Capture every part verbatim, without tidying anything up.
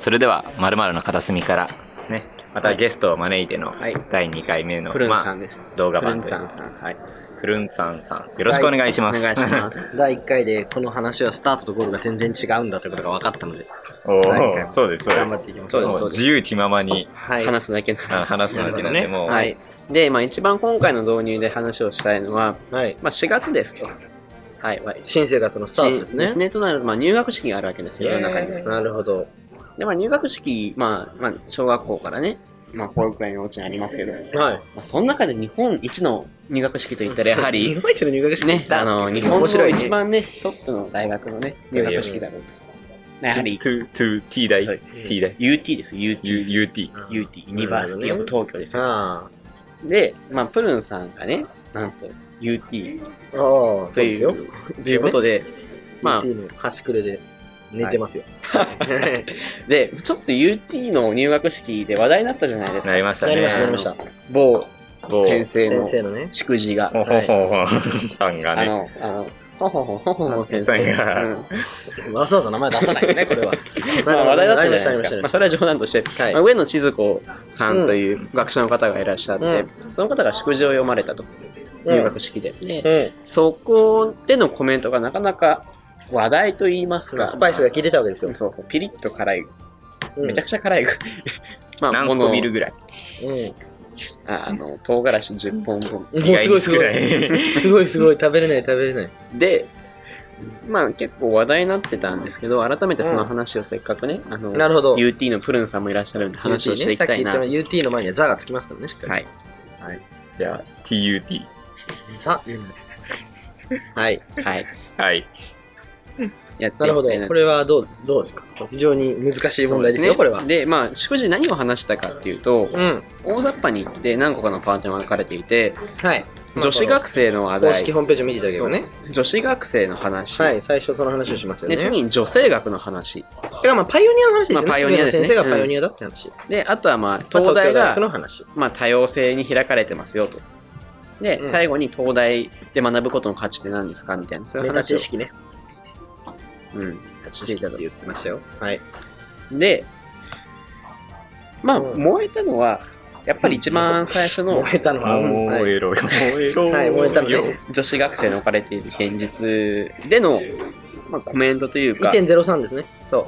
それでは〇〇の片隅からね、またゲストを招いてのだいにかいめの、 プルンさんです、 まあ、動画版でプルンさんさん、はい、 プルンさんさんよろしくお願いします。 お願いします。だいいっかいでこの話はスタートとゴールが全然違うんだということが分かったので、 おお、そうですそうです。 頑張っていきましょう。 もう自由気ままに、 はい、話すだけな話すだけなんで、もう、 はい。で、まあ一番今回の導入で話をしたいのは、はい、まあしがつですと。はい、新生活のスタートですね。ですね。となると、まあ入学式があるわけですよ、世の中に。なるほど。で、まあ入学式、まあ、まあ小学校からね、まあ保育園幼稚園ありますけど、はい。まあその中で日本一の入学式といったらやはり、 日本一の入学式ね、あの、日本の一番ね、トップの大学のね、入学式だろうと。やはり、 トゥ、トゥ、T 大 ?T 大ユーティー ですよ、ユーティー。 ユーティー。 ユーティー、ユニバーシティオブ東京ですよ。で、まあ、プルンさんがね、なんと ユーティー という、ということで、 まあ、ユーティー の端くれで寝てますよ。 で、ちょっと ユーティー の入学式で話題になったじゃないですか。 なりましたね。 なりました、なりました。 某先生の祝辞が。 ほほほほさんがね。 あの、あの、ほほほほほの先生が。 わざわざ名前出さないよね、これは。 まあ話題だったじゃないですか。まあそれは冗談として、上野千鶴子さんという学者の方がいらっしゃって、その方が祝辞を読まれたと。入学式で。で、そこでのコメントがなかなか話題と言いますか。 スパイスが効いてたわけですよ。 そうそう。ピリッと辛い。めちゃくちゃ辛い。 まあ、何個見るぐらい。 うん。あの、唐辛子じゅっぽんぶん。 すごいすごい。すごいすごい。食べれない食べれない。 で、まあ結構話題になってたんですけど、改めてその話をせっかくね、あの、 なるほど。 ユーティー のプルンさんもいらっしゃるんで話をしていきたいな。 さっき言った ユーティー の前にはザがつきますからね、しっかり。 はい。 はい。 じゃあ、ティーユーティー。 ザ。はい。 はい。 はい。 やってなるほど。これはどう、どうですか？非常に難しい問題ですよ、これは。 で、まあ、祝辞何を話したかっていうと、大雑把に言って何個かのパートに分かれていて、はい。女子学生の話題。 公式ホームページを見ていただければね。 女子学生の話。 はい、最初その話をしますよね。 で、次に女性学の話。 だからまあ、パイオニアの話ですよね。 まあ、パイオニアですね。 先生がパイオニアだって話。 で、あとはまあ、東大が、まあ、多様性に開かれてますよと。で、最後に東大で学ぶことの価値って何ですかみたいな。そういう話を。 メタ知識ね。 うん。 知識って言ってましたよ。はい。 で、まあ、燃えたのは、やっぱり一番最初の、 燃えたのは、 燃えろよ、燃えろよ。 はい、燃えたのね。 女子学生の置かれている現実での、まあ、コメントというか、 にてんゼロさん ですね。 そう。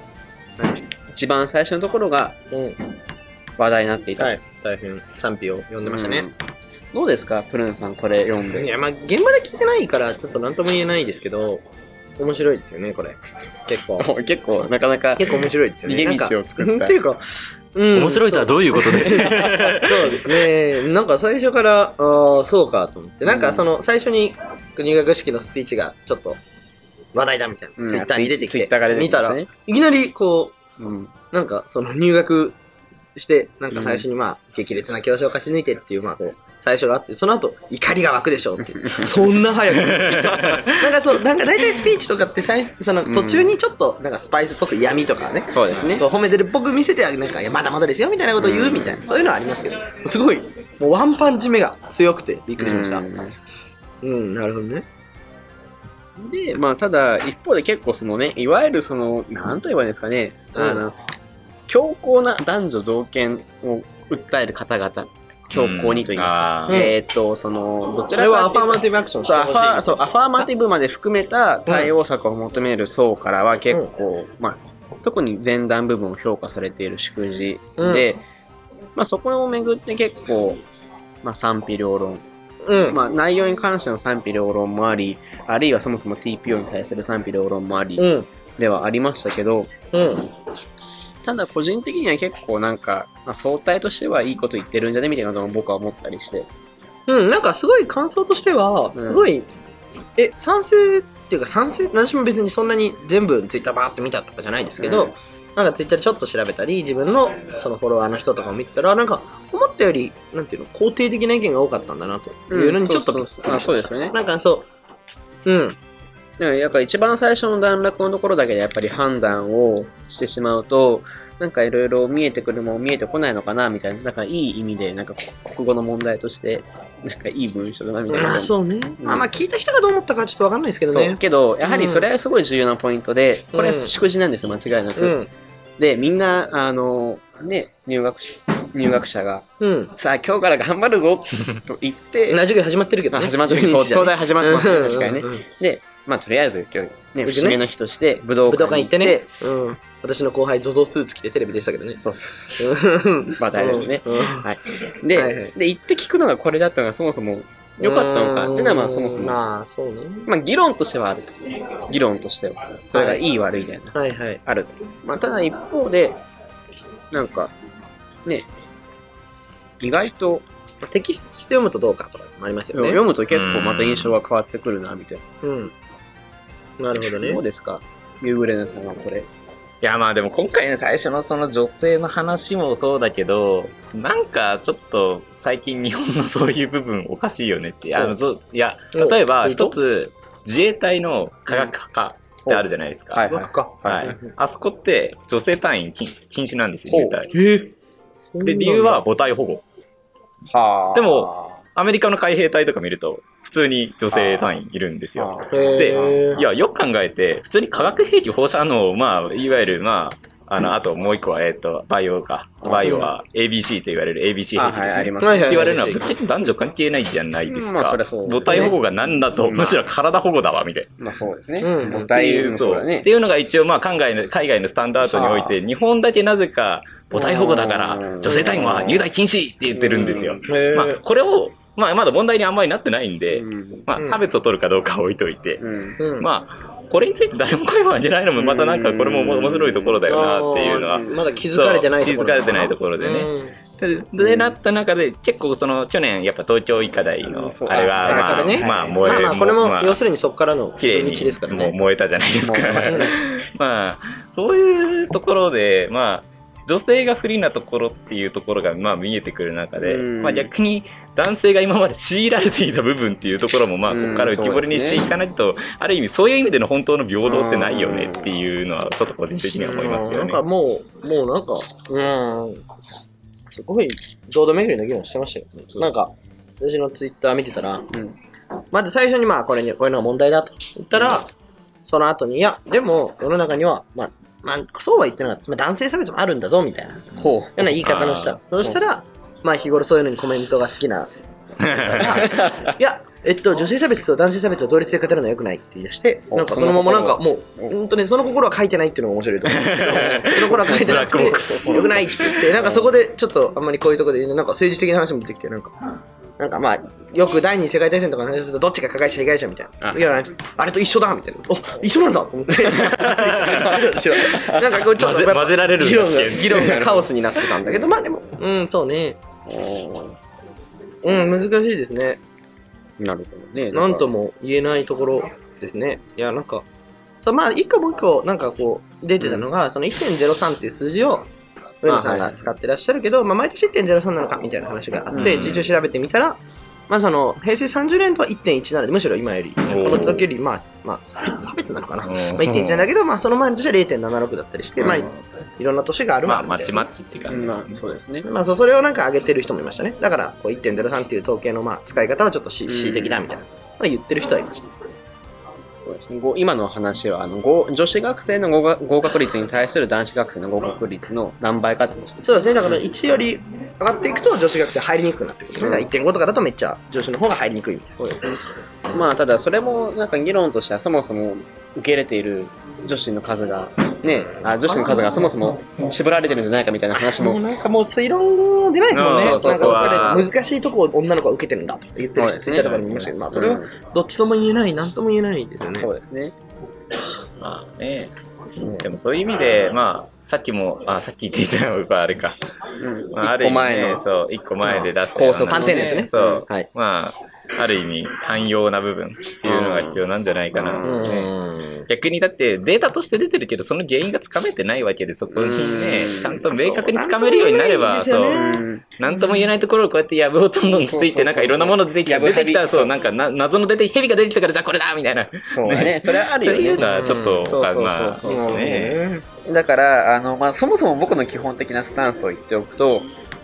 一番最初のところが、話題になっていた。 はい。大変賛否を読んでましたね。 どうですか、プルンさん、これ読んで。 いや、まあ、現場で聞いてないから、ちょっと何とも言えないですけど、面白いですよね、これ。結構。 結構、なかなか。 結構面白いですよね。 逃げ道を作った。 っていうか、 うん、面白いとはどういうことでそうですね。なんか最初から、ああ、そうかと思って。なんかその、最初に入学式のスピーチがちょっと話題だみたいな。ツイッターに出てきて、見たら、いきなりこう、なんかその入学して、なんか最初にまあ、激烈な教師を勝ち抜いてっていう、まあこう、最初があって、その後、怒りが湧くでしょうっていう。そんな早く。なんかそう、なんか大体スピーチとかって最その途中にちょっとなんかスパイスっぽく闇とかね。 そうですね。 褒めてるっぽく見せて、なんか、いや、まだまだですよみたいなことを言うみたいな、そういうのはありますけど、すごい、もうワンパンチ目が強くてびっくりしました。うん、うん、なるほどね。 で、まあ、ただ、一方で結構そのね、いわゆるその、なんと言えばいいんですかね、うん、あの、強硬な男女同権を訴える方々。強硬にと言いますか。えっと、その、どちらかというと。 アファーマティブアクションしてほしい。 そう、アファーマティブまで含めた対応策を求める層からは結構、まあ、特に前段部分を評価されている祝辞で、まあ、そこをめぐって結構、まあ、賛否両論。うん、まあ、内容に関しての賛否両論もあり、あるいはそもそも ティーピーオー に対する賛否両論もあり、ではありましたけど、うんただ個人的には結構なんか、まあ、相対としてはいいこと言ってるんじゃねみたいなのを僕は思ったりして。 うん、なんかすごい感想としては、すごい、うん、え、賛成っていうか賛成、私も別にそんなに全部ツイッターバーって見たとかじゃないですけど、うん、なんかツイッターでちょっと調べたり、自分のそのフォロワーの人とかを見てたら、なんか思ったより、なんていうの、肯定的な意見が多かったんだなというのにちょっとびっくりしました。 そうですよね。 なんかそう、うん。 やっぱり一番最初の段落のところだけでやっぱり判断をしてしまうと、なんかいろいろ見えてくるも見えてこないのかなみたいな、なんかいい意味で、なんか国語の問題として、なんかいい文章だなみたいな。 まあそうね。うん、まあまあ聞いた人がどう思ったかちょっとわかんないですけどね。 そうけど、やはりそれはすごい重要なポイントで、うん、これは祝辞なんですよ、間違いなく。うん、 で、みんな、あの、ね、入学し、入学者が、 うん。 さあ今日から頑張るぞと言って、 授業始まってるけどね。 始まってる。そう、東大始まってますね、確かにね。で、まあとりあえず今日、ね、節目の日として武道館に行ってね。うん。私の後輩、ゾゾスーツ着てテレビでしたけどね。 そうそうそう。話題ですね。はい。で、で、行って聞くのがこれだったのがそもそも良かったのかっていうのはまあそもそも。まあ、そうね。まあ議論としてはあると。議論としては。それがいい悪いみたいな。はいはい。ある。まあただ一方で、なんか、ね、意外と、 テキスト読むとどうかとかもありますよね。 読むと結構また印象が変わってくるな、みたいな。うん。 なるほどね。 どうですかユーグレナさんはこれ。いやまあでも今回の最初のその女性の話もそうだけど、なんかちょっと最近日本のそういう部分おかしいよねって。あのいや、例えば一つ自衛隊の科学科ってあるじゃないですか。はいはいはい。あそこって女性隊員禁止なんですよ、自衛隊。へー。で、理由は母体保護。はあ。でも、アメリカの海兵隊とか見ると、普通に女性隊員いるんですよ。で、いや、よく考えて、普通に化学兵器放射能、まあ、いわゆる、まあ、あの、あともう一個は、えっと、バイオか。バイオは エービーシー と言われる エービーシー 兵器ですね。って言われるのは、ぶっちゃけ男女関係ないじゃないですか。母体保護が何だと、むしろ体保護だわ、みたいな。 まあそうですね。母体保護だね。 っていうのが一応、まあ、海外の、海外のスタンダードにおいて、日本だけなぜか、母体保護だから、女性隊員は入隊禁止って言ってるんですよ。まあ、これを、まあ、まだ問題にあんまりなってないんで、まあ、差別を取るかどうかは置いといて、まあ、これについて誰も声を上げないのもまたなんかこれも面白いところだよなっていうのは、 まだ気づかれてないところ気づかれてないところでね。で、でなった中で結構その去年やっぱ東京医科大のあれはまあ、まあ燃え、 まあこれも要するにそこからの綺麗にもう燃えたじゃないですか。まあそういうところでまあ女性が不利なところっていうところがまあ見えてくる中で、まあ逆に男性が今まで強いられていた部分っていうところもまあここから浮き彫りにしていかないと、ある意味そういう意味での本当の平等ってないよねっていうのはちょっと個人的には思いますよね。 なんかもうもうなんかうんすごい堂々巡りの議論してましたよね。なんか私のツイッター見てたら、まず最初にまあこれにこういうのが問題だと言ったら、その後にいやでも世の中にはまあまあ、そうは言ってなかった。まあ、男性差別もあるんだぞ、みたいな。ほう。ような言い方のした。そしたら、まあ、日頃そういうのにコメントが好きな。いや、えっと、女性差別と男性差別を同率で語るのは良くないって言い出して、なんかそのままなんかもう、本当にその心は書いてないっていうのが面白いと思うんですけど、その心は書いてなくて、良くないって言って、なんかそこでちょっとあんまりこういうところで、なんか政治的な話も出てきて、なんか、なんかまあ、よく第二次世界大戦とかの話すると、どっちが加害者、被害者みたいな。いや、あれと一緒だみたいな。お、一緒なんだと思って。なんかこうちょっと混ぜられる議論が、議論がカオスになってたんだけど、まあでも、うん、そうね。うん、難しいですね。 なるほどね。 なんとも言えないところですね。いや、なんか、そうまあ、一個もう一個、なんかこう、出てたのが、うん、その いってんゼロさん っていう数字を、上野さんが使ってらっしゃるけど、まあ、毎年 いってんゼロさん なのかみたいな話があって、実際調べてみたら、まあ、その平成さんじゅうねんどは いってんいちなな で、むしろ今より、この時より、まあ、まあ、差別なのかな。まあ、いってんいちなんだけど、まあ、その前の年は れいてんななろく だったりして、まあ、いろんな年があるまあ、まちまちって感じ、まあ、 そうですね。 まあ、それをなんか上げてる人もいましたね。だから、こう いってんゼロさん っていう統計のまあ使い方はちょっと恣意的だみたいな、まあ、言ってる人はいました。 そうですね、今の話はあの女子学生の合格率に対する男子学生の合格率の何倍かってことですね。 そうですね。だからいちより上がっていくと女子学生入りにくくなってくる、ね。うん、いってんごとかだとめっちゃ女子の方が入りにくいみたいな。 そうですね。まあただそれもなんか議論としてはそもそも受け入れている女子の数がね、あ女子の数がそもそも絞られてるんじゃないかみたいな話も。 もうなんかもう推論出ないですもんね。そうそうそう、なんか難しいとこを女の子が受けてるんだと言ってる人ツイッターとかに見ましたけど、まあそれはどっちとも言えない、なんとも言えないですよね。 そうですね。 まあね、でもそういう意味で、まあ、さっきも、あ、さっき言っていたのがあれか。 うん。まあ、ある意味、ね、 一個前の。そう、一個前で出したような、ね。パンテーのやつね。 そう。はい。まあ、ある意味、寛容な部分っていうのが必要なんじゃないかな、ね。逆にだってデータとして出てるけど、その原因がつかめてないわけで、そこにね、ちゃんと明確につかめるようになれば、そう。なんとも言えないところをこうやってやぶをどんどんつついて、なんかいろんなもの出てきた、出てきたら、そう、なんかな謎の出て、蛇が出てきたから、じゃあこれだみたいな。 そうだね。それはあるよね。 そういうのはちょっと、まあ、そうですね。 だから、あの、まあ、そもそも僕の基本的なスタンスを言っておくと、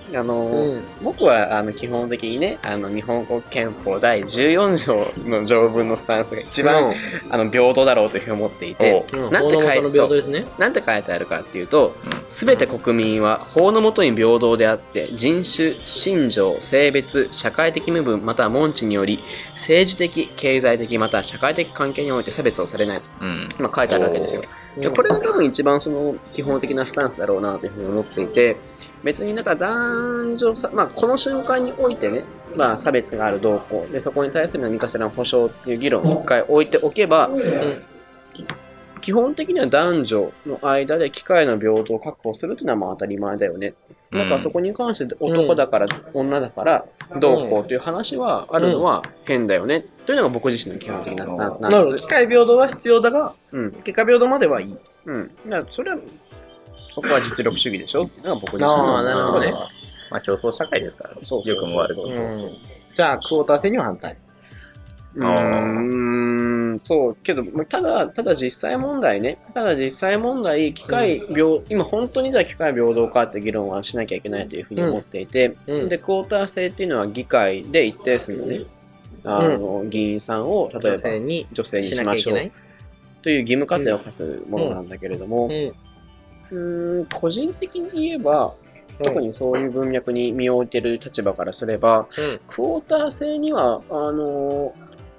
あの、うん、僕はあの基本的にね、あの日本国憲法だいじゅうよん条の条文のスタンスが一番、うん、あの平等だろうというふうに思っていて、うん、なんて書いて、ね、なんて書いてあるかっていうと、すべ、うん、て国民は法の下に平等であって、人種、信条、性別、社会的身分または門地により政治的、経済的または社会的関係において差別をされないと、うん、まあ、書いてあるわけですよ。でこれが多分一番その基本的なスタンスだろうなというふうに思っていて、別になんか男女差、まあ、この瞬間においてね、まあ、差別がある動向でそこに対する何かしらの保障っていう議論を一回置いておけば、うん、基本的には男女の間で機会の平等を確保するというのはまあ当たり前だよね。だからそこに関して男だから、うん、女だからどうこうという話はあるのは変だよね、うん、というのが僕自身の基本的なスタンスなんです。なるほど。 機会平等は必要だが、うん、結果平等まではいい。 うん。だからそれはそこは実力主義でしょっていうのが僕自身の。 ああ、なるほどね。 まあ競争社会ですから、ね、そうそうそうそう、良くも悪くも、うん。 じゃあクォーター制には反対。 うーん、そうけど、ただ、ただ実際問題ね、ただ実際問題、機会平、うん、今本当にじゃあ機会平等かって議論はしなきゃいけないというふうに思っていて、うん、で、クォーター制っていうのは議会で一定数のね、あの、議員さんを、例えば女性に、女性にしましょうという義務課程を課すものなんだけれども、うん、うーん、個人的に言えば、特にそういう文脈に身を置いている立場からすれば、うん、クォーター制には、あの、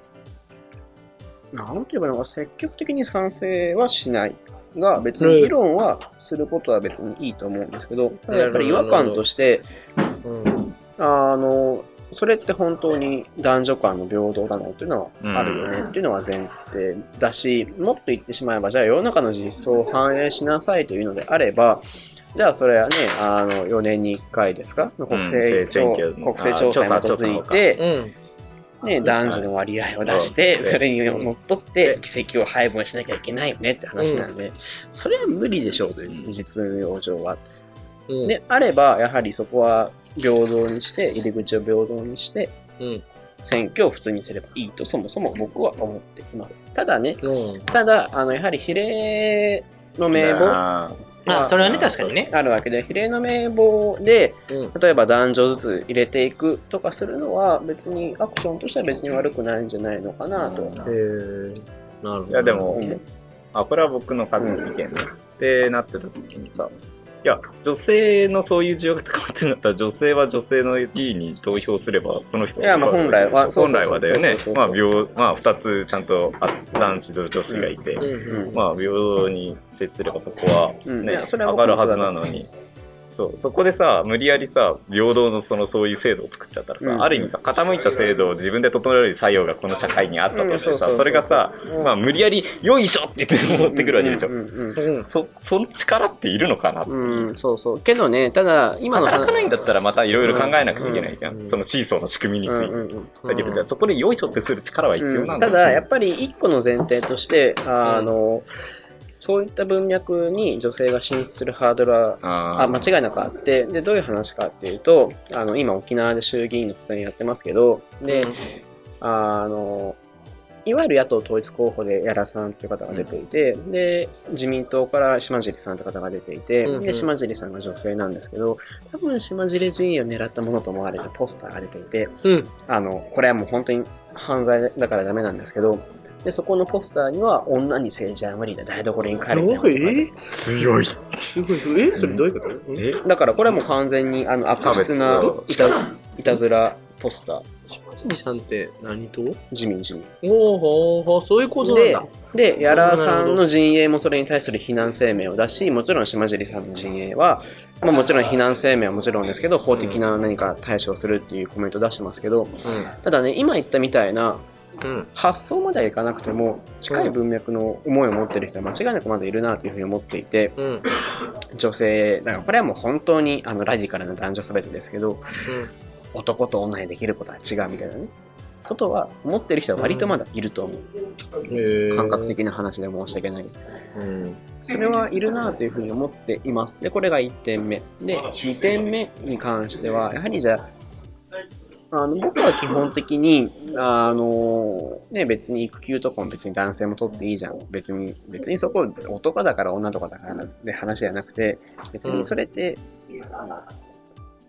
なんて言えばいいのか、積極的に賛成はしないが、別に議論はすることは別にいいと思うんですけど、ただやっぱり違和感として、あの、それって本当に男女間の平等だのっていうのはあるよねっていうのは前提だし、もっと言ってしまえば、じゃあ世の中の実相を反映しなさいというのであれば、じゃあそれはね、あのよねんにいっかいですかの国政調、うん、国政調査に基づいて、ね、男女の割合を出して、それにのっとって議席を配分しなきゃいけないよねって話なんで、それは無理でしょうという実用上は。であれば、やはりそこは平等にして、入り口を平等にして、選挙を普通にすればいいと、そもそも僕は思っています。ただね、ただ、あのやはり比例の名簿、 あ、それはね、確かにね。 あるわけで、比例の名簿で、例えば男女ずつ入れていくとかするのは、別に、アクションとしては別に悪くないんじゃないのかなと。へー。なるほど。 いや、でも、うん、あ、これは僕の個人の意見ね。うん、ってなってた時にさ、いや、女性のそういう需要が高まってるんだったら、女性は女性の議員に投票すれば、その人が。いや、まあ本来は、 本来はだよね。まあ、平、まあ、二つちゃんと男子と女子がいて、うんうん、まあ、平等に設置すればそこはね、うん、上がるはずなのに。そう、そこでさ、無理やりさ、平等のそのそういう制度を作っちゃったらさ、うん、ある意味さ、傾いた制度を自分で整える作用がこの社会にあったとしてさ、それがさ、うん、まあ無理やり、よいしょって言って持ってくるわけでしょ。うんうんうん、そ、その力っているのかなっていう。 うん、そうそう。けどね、ただ、今の働かないんだったらまたいろいろ考えなくちゃいけないじゃん。うんうん、そのシーソーの仕組みについて。うんうんうん、だけど、じゃあそこでよいしょってする力は必要なんだ、 うん、ただ、やっぱり一個の前提として、あの、うんそういった文脈に女性が進出するハードルはあ間違いなくあって、で、どういう話かっていうと、あの、今沖縄で衆議院の普通にやってますけど、で、うん、あの、いわゆる野党統一候補で矢良さんという方が出ていて、うん、で、自民党から島尻さんという方が出ていて、うんうん、で、島尻さんが女性なんですけど、多分島尻陣営を狙ったものと思われるポスターが出ていて、うん、あの、これはもう本当に犯罪だからダメなんですけど、でそこのポスターには女に政治は無理だ台所に帰るみたいなことが出て強いすごいそれえそれどういうこと、うん、 えだからこれはもう完全にあの悪質ないたいたずらポスター。 島尻さんって何党？ 自民自民。 おおほほそういうことなんだ。 で、で矢良さんの陣営もそれに対する非難声明を出し、もちろん島尻さんの陣営は、まあ、もちろん非難声明はもちろんですけど、法的な何か対処をするっていうコメントを出してますけど、うん、ただね今言ったみたいなうん、発想まではいかなくても近い文脈の思いを持っている人は間違いなくまだいるなというふうに思っていて、うん、女性だからこれはもう本当にあのラディカルな男女差別ですけど、うん、男と女にできることは違うみたいなねことは思っている人は割とまだいると思う、うん、感覚的な話で申し訳ない、うん、それはいるなというふうに思っています。でこれがいってんめでにてんめに関してはやはりじゃああの僕は基本的に、あの、ね、別に育休とかも別に男性も取っていいじゃん。別に、別にそこ男だから女とかだからで話じゃなくて、別にそれって、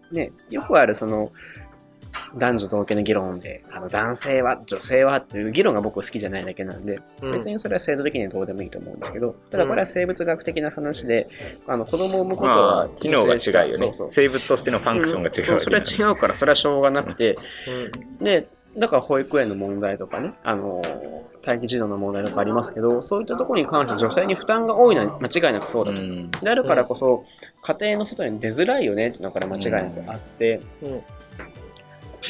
ね、よくあるその、男女同居の議論で、あの男性は、女性はっていう議論が僕好きじゃないだけなんで、うん、別にそれは制度的にはどうでもいいと思うんですけど、ただこれは生物学的な話で、あの子供を産むことは、 まあ、機能が違うよね。そうそう生物としてのファンクションが違う、 うん。それは違うから、それはしょうがなくて、うん、で、だから保育園の問題とかね、あの、待機児童の問題とかありますけど、そういったところに関して女性に負担が多いのは間違いなくそうだと。うん、であるからこそ、家庭の外に出づらいよねっていうのから間違いなくあって、うんうん、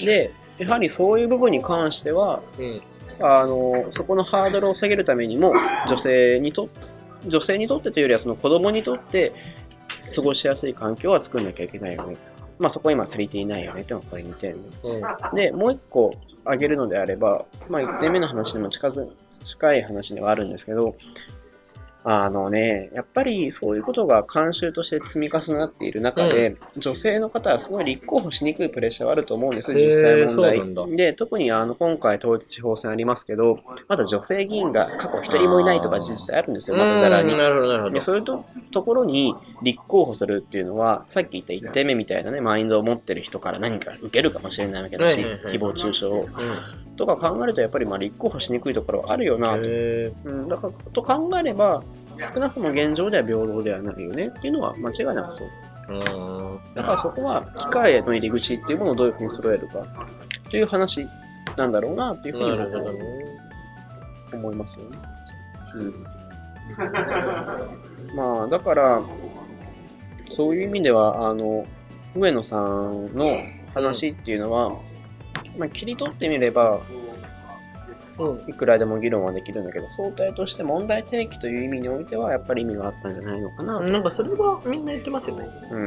で、やはりそういう部分に関しては、うん、あのそこのハードルを下げるためにも女性にと女性にとってというよりはその子供にとって過ごしやすい環境は作んなきゃいけないよね。まあそこは今足りていないよねっていうのがこれにてんめ、うん、でもう一個挙げるのであれば、まあいってんめの話にも近づ近い話ではあるんですけど、あのね、やっぱりそういうことが慣習として積み重なっている中で、うん、女性の方はすごい立候補しにくいプレッシャーはあると思うんです、実際問題。で、特にあの今回統一地方選ありますけど、まだ女性議員が過去一人もいないとか実際あるんですよ、まだざらに。 なるほど、なるほど。 で、そういう と, ところに立候補するっていうのは、さっき言ったいってんめみたいなね、マインドを持ってる人から何か受けるかもしれないわけだし、誹謗中傷を。うん、とか考えると、やっぱりまあ立候補しにくいところはあるよなと。うん、だからと考えれば、少なくとも現状では平等ではないよねっていうのは間違いなくそう。だからそこは機械への入り口っていうものをどういうふうに揃えるかという話なんだろうなっていうふうに思いますよね。うん、まあだからそういう意味ではあの上野さんの話っていうのは、まあ、切り取ってみればうん、いくらでも議論はできるんだけど、相対として問題提起という意味においては、やっぱり意味があったんじゃないのかな。 なんかそれはみんな言ってますよね。うん。うん、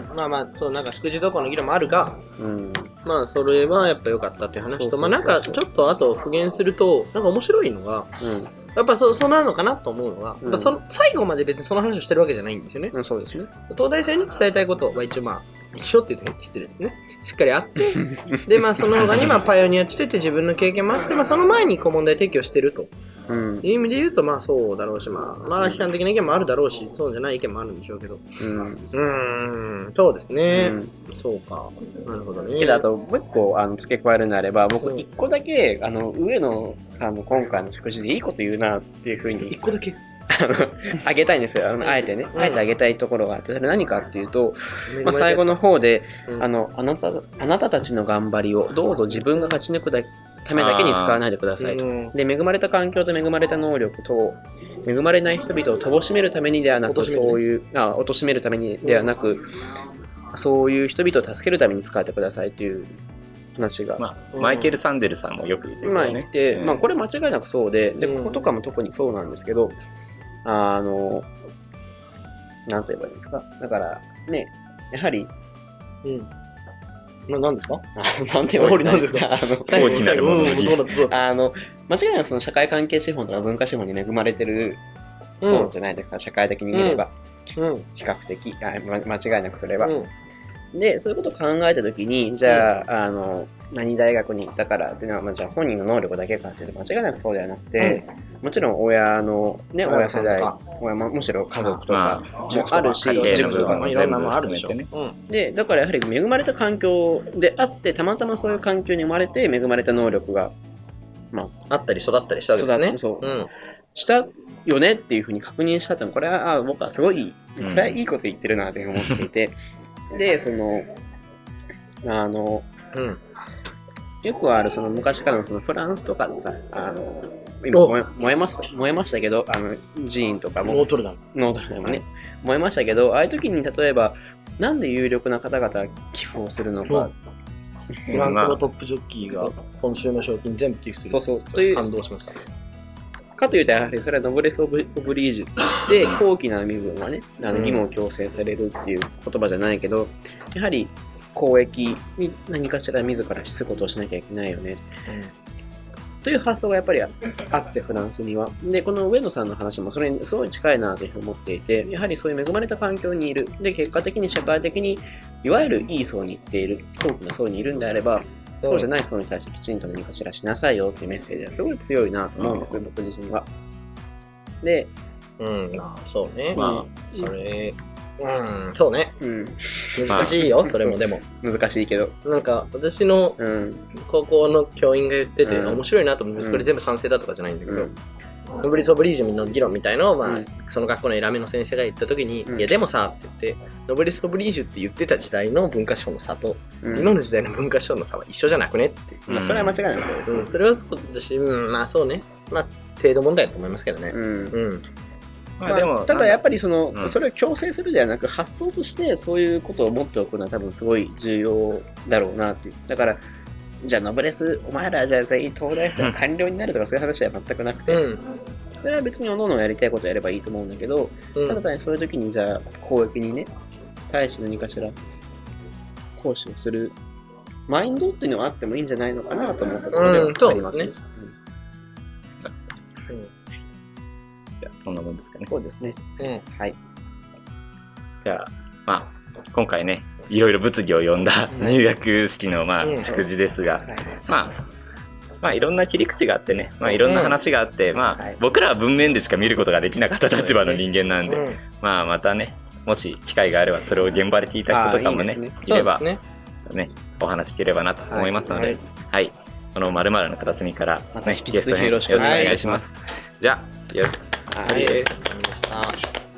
まあまあ、そう、なんか祝辞どころの議論もあるが、うん、まあそれはやっぱ良かったっていう話と、まあなんかちょっとあと復元すると、なんか面白いのが、うん、やっぱそそうなのかなと思うのが、うん、その最後まで別にその話をしてるわけじゃないんですよね。 うん、そうですね。 東大生に伝えたいことは一応まあ、一緒って言うと失礼ですね。しっかりあって、で、まあその他にまあパイオニアしてて自分の経験もあって、まあその前にこう問題提起をしてると。うん、いう意味で言うと、まあそうだろうし、まあ、まあ批判的な意見もあるだろうし、そうじゃない意見もあるんでしょうけど。うん。うーん、そうですね。うん、そうか。なるほどね。 けど、あともう一個あの付け加えるのであれば、僕一個だけ、あの、上野さんの今回の祝辞でいいこと言うなっていうふうに。 一個だけあの、あげたいんですよ。あの、あえてね、あえてあげたいところがあって、それ何かっていうと、まあ、最後の方で、あの、あなた、あなたたちの頑張りをどうぞ自分が勝ち抜くだためだけに使わないでくださいと。で、恵まれた環境と恵まれた能力と、恵まれない人々を乏しめるためにではなく、そういう、あ、貶めるためにではなく、そういう人々を助けるために使ってくださいという話が、 まあ、マイケル・サンデルさんもよく言ってるね。で、まあ、これ間違いなくそうで、で、こことかも特にそうなんですけど、あの、なんと言えばいいんですか。だから、ね、やはり、 うん。な、何ですかなんて言えばいいんですかあの、大きなるものあの、間違いなくその社会関係資本とか文化資本に恵まれてる、うん、そうじゃないですか、社会的に見れば。うん、比較的あ、ま、間違いなくそれは。うん、で、そういうことを考えたときに、じゃあ、うん、あの、何大学に行ったからっていうのは、まあ、じゃあ本人の能力だけかっていうと間違いなくそうではなくて、うん、もちろん親の、ね、親世代、親もむしろ家族とかもあるし、 塾とかもいろんなものあるでしょ。 で、だからやはり恵まれた環境であって、たまたまそういう環境に生まれて恵まれた能力が、 まあ、あったり育ったりしたわけですね。 そう。うん、したよねっていうふうに確認したっても、これは、あ、僕はすごい、これはいいこと言ってるなって思っていて、うん、で、その、あの、うんよくあるその昔からのそのフランスとかのさ、あの、今燃え燃えました、燃えましたけど、あの、寺院とかも。 ノートルダム。 ノートルダムね。燃えましたけど、ああいう時に例えば、なんで有力な方々寄付をするのか。 フランスのトップジョッキーが今週の賞金全部寄付する。 そうそう。という。 感動しました。 かというと、やはりそれはノブレス・オブリージュで、高貴な身分はね、あの義務を強制されるっていう言葉じゃないけど、やはり、公益に何かしら自ら仕事をしなきゃいけないよね、うん、という発想がやっぱりあってフランスにはでこの上野さんの話もそれにすごい近いなというふうに思っていてやはりそういう恵まれた環境にいるで結果的に社会的にいわゆるいい層に行っている高貴な層にいるんであればそうじゃない層に対してきちんと何かしらしなさいよっていうメッセージはすごい強いなと思うんです、うん、僕自身はで、 うん、そうね、まあ、それうん、そうね。 うん。 難しいよ、それもでも。 難しいけど。 なんか、私の高校の教員が言ってて、うん、面白いなと思うんです。これ全部賛成だとかじゃないんだけど、うん、ノブリソブリージュの議論みたいのを、まあ、うん、その学校の偉めの先生が言ったときに、うん、いや、でもさ、って言って、ノブリソブリージュって言ってた時代の文化賞の差と、うん、今の時代の文化賞の差は一緒じゃなくねって。 まあ、それは間違いない。 うん、それはそうだし、うん、まあそうね。まあ、程度問題だと思いますけどね。うん。うんまあ、でもただやっぱりその、うん、それを強制するではなく発想としてそういうことを持っておくのは多分すごい重要だろうなっていう。だからじゃあノブレスお前らじゃあ全員東大生が官僚になるとかそういう話は全くなくて、うん、それは別におのおのやりたいことやればいいと思うんだけど、うん、ただ単にそういう時にじゃあ攻撃にね対して何かしら行使をするマインドっていうのはあってもいいんじゃないのかなと思ったところではありますね。 そんなもんですかね。 そうですね。うん、はい。 じゃあ、まあ、今回ね、いろいろ物議を呼んだ入学式の、まあ、うん、祝辞ですが、うん、まあ、まあ、いろんな切り口があってね、まあ、いろんな話があって、うん、まあ、はい、僕らは文面でしか見ることができなかった立場の人間なんで、うん、まあ、またね、もし機会があれば、それを現場で聞いた人とかもね、いいねいれば、ね、ね、お話聞ければなと思いますので、はい。はい、この〇〇の片隅から、ね、 また引き続きよろしくお願いします。 じゃあ、よろしく。 はい、ありがとうございました。